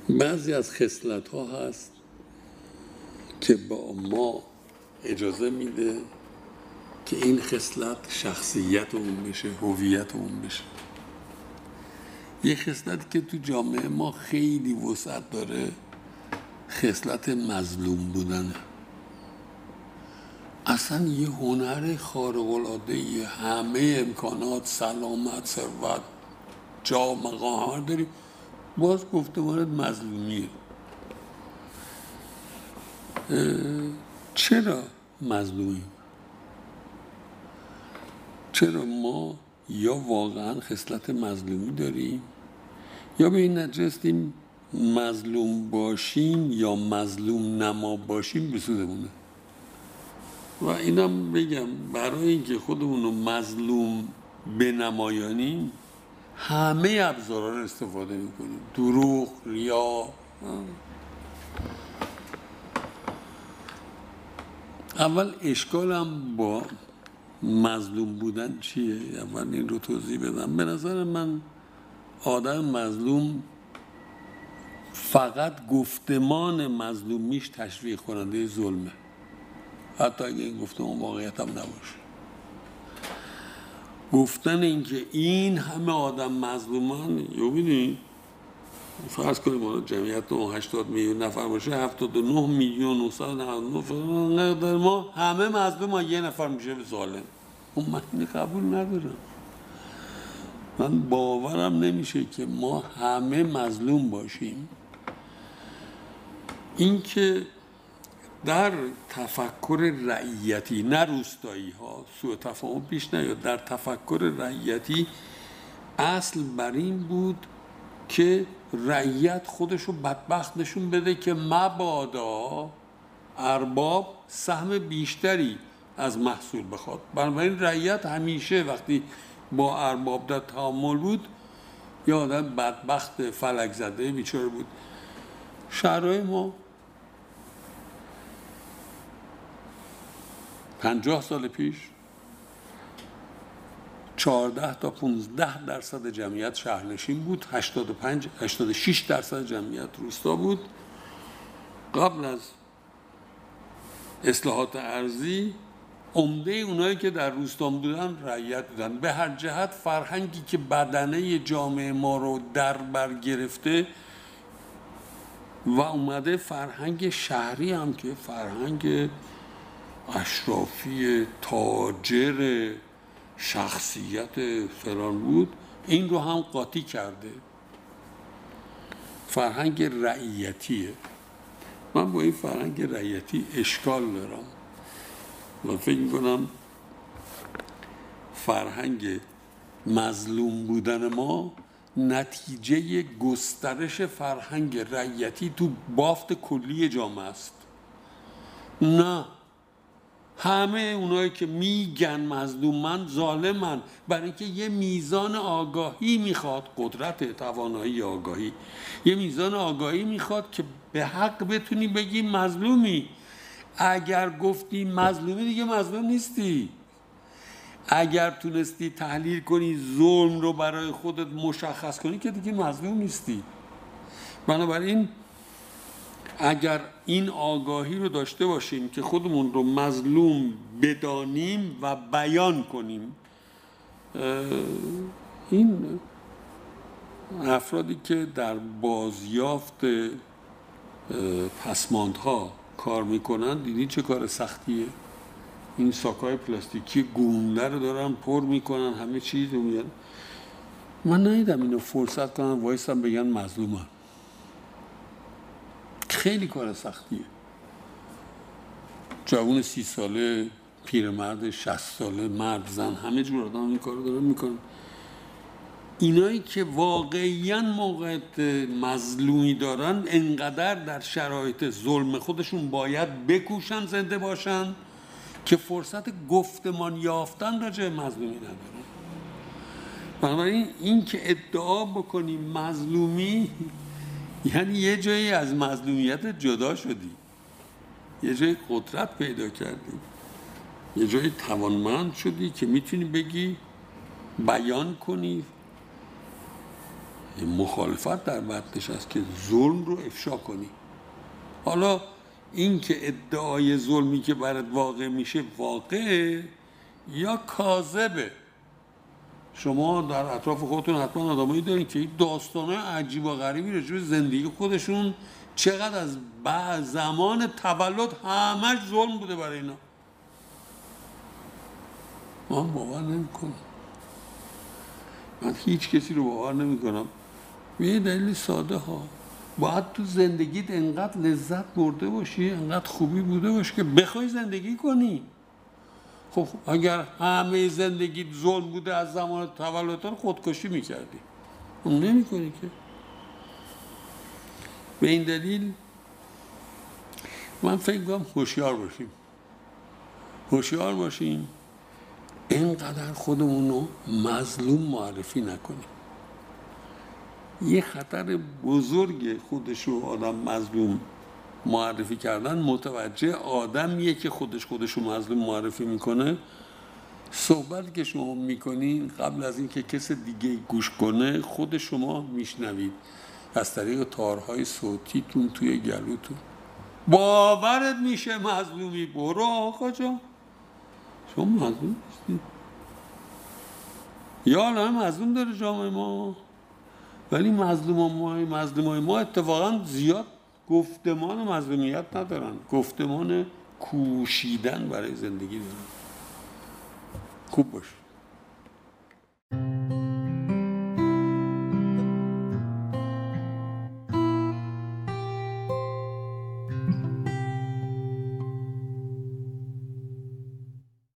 بعضی از خصلت‌ها هست که با ما اجازه میده که این خصلت شخصیت اون بشه، هویت اون بشه. یه خصلت که تو جامعه ما خیلی وسعت داره خصلت مظلوم بودنه. اصلا یه هنر خارق‌العاده‌ای، همه امکانات، سلامت، ثروت، جا مقام داری، باز گفتمانت مظلومیه. چرا مظلومیم؟ چرا ما یا واقعا خصلت مظلومی داریم یا به این نتیجه رسیدیم مظلوم باشیم یا مظلوم نما باشیم به سودمونه. و اینم بگم برای اینکه خودمون رو مظلوم بنمایانیم همه ابزارها رو استفاده میکنیم، دروغ، ریا. اول اشکالم با مظلوم بودن چیه؟ اول این رو توضیح بدم. به نظر من آدم مظلوم فقط گفتمان مظلومیش تشویق کننده ظلمه، حتی اگه این گفتمان واقعیت هم نباشه. گفتن اینکه این همه آدم مظلومان، یا ببینید فرض کنیم ما جمعیت 80 میلیون نفر باشه، 79 میلیون 999 در ما همه مظلوم، یه نفر میشه ظالم. من این قبول ندارم. من باورم نمیشه که ما همه مظلوم باشیم. اینکه در تفکر رعیتی، نه روستایی ها، سوء تفاهم پیش نیاد، در تفکر رعیتی اصل بر این بود که رعیت خودشو بدبخت نشون بده که مبادا ارباب سهم بیشتری از محصول بخواد. بنابراین رعیت همیشه وقتی با ارباب در تعامل بود یا آدم بدبخت فلک زده بیچاره بود. شهرهای ما 50 سال پیش 14 تا 15% جمعیت شهرنشین بود، 86% جمعیت روستا بود. قبل از اصلاحات ارضی عمده اونایی که در روستا بودن رعیت بودن. به هر جهت فرهنگی که بدنه جامعه ما رو در بر گرفته و اومده فرهنگ شهری هم که فرهنگ اشرافی تاجر شخصیت فلان بود، این رو هم قاطی کرده. فرهنگ رعیتیه. من با این فرهنگ رعیتی اشکال دارم. من فکر میکنم فرهنگ مظلوم بودن ما نتیجه گسترش فرهنگ رعیتی تو بافت کلی جامعه است. نه، همه اونایی که میگن مظلومن ظالمن، برای اینکه یه میزان آگاهی میخواد، قدرت، توانایی، آگاهی، یه میزان آگاهی میخواد که به حق بتونی بگی مظلومی. اگر گفتی مظلومی دیگه مظلوم نیستی. اگر تونستی تحلیل کنی ظلم رو برای خودت مشخص کنی که دیگه مظلوم نیستی. بنابراین اگر این آگاهی رو داشته باشیم که خودمون رو مظلوم بدانیم و بیان کنیم، این افرادی که در بازیافت پسماندها کار میکنن دیدین چه کار سختیه. این ساکای پلاستیکی گونده رو دارن پر میکنن، همه چیز رو میگن. من ندیدم اینو فرصت کنن وایسن بگن مظلومم. خیلی کار سختیه. جوان 30 ساله، پیرمرد 60 ساله، مرد زن، همه جور آدم این کار رو دارن میکنن. اینایی که واقعیاً موقعیت مظلومی دارن انقدر در شرایط ظلم خودشون باید بکوشن زنده باشن که فرصت گفتمان یافتن راجع مظلومی ندارن. بنابراین این که ادعا بکنی مظلومی یعنی یه جایی از مظلومیت جدا شدی، یه جایی قدرت پیدا کردی، یه جایی توانمند شدی که میتونی بگی، بیان کنی یه مخالفت در متنش هست که ظلم رو افشا کنی. حالا این که ادعای ظلمی که برات واقع میشه واقعه یا کاذبه. شما در اطراف خودتون حتما آدمایی دارین که این داستانای عجیب و غریبی راجع به زندگی خودشون چقدر از زمان تولد همش ظلم بوده برای اینا. من باور نمی‌کنم. من هیچ کسی رو باور نمی‌کنم. به یه دلیل ساده ها. باید تو زندگیت انقدر لذت برده باشی، انقدر خوبی بوده باشه که بخوای زندگی کنی. خب اگر همه زندگیت ظلم بوده از زمان تولدت خودکشی میکردی. اون نمی‌کنی که. به این دلیل من فکر می‌کنم هوشیار باشیم اینقدر خودمون رو مظلوم معرفی نکنیم. یه خطر بزرگ خودشو آدم مظلوم معرفی کردن. متوجه آدمیه که خودشو مظلوم معرفی میکنه. صحبتی که شما میکنین قبل از اینکه کس دیگه گوش کنه خود شما میشنوید از طریق تارهای صوتیتون توی گلوتون. باورت میشه مظلومی. برو آقا جان، شما مظلوم نیستی. یا الان مظلوم داره جامعه ما، ولی مظلومای ما اتفاقا زیاد گفتمان مظلومیت ندارن، گفتمان کوشیدن برای زندگی دارن. خوب باش.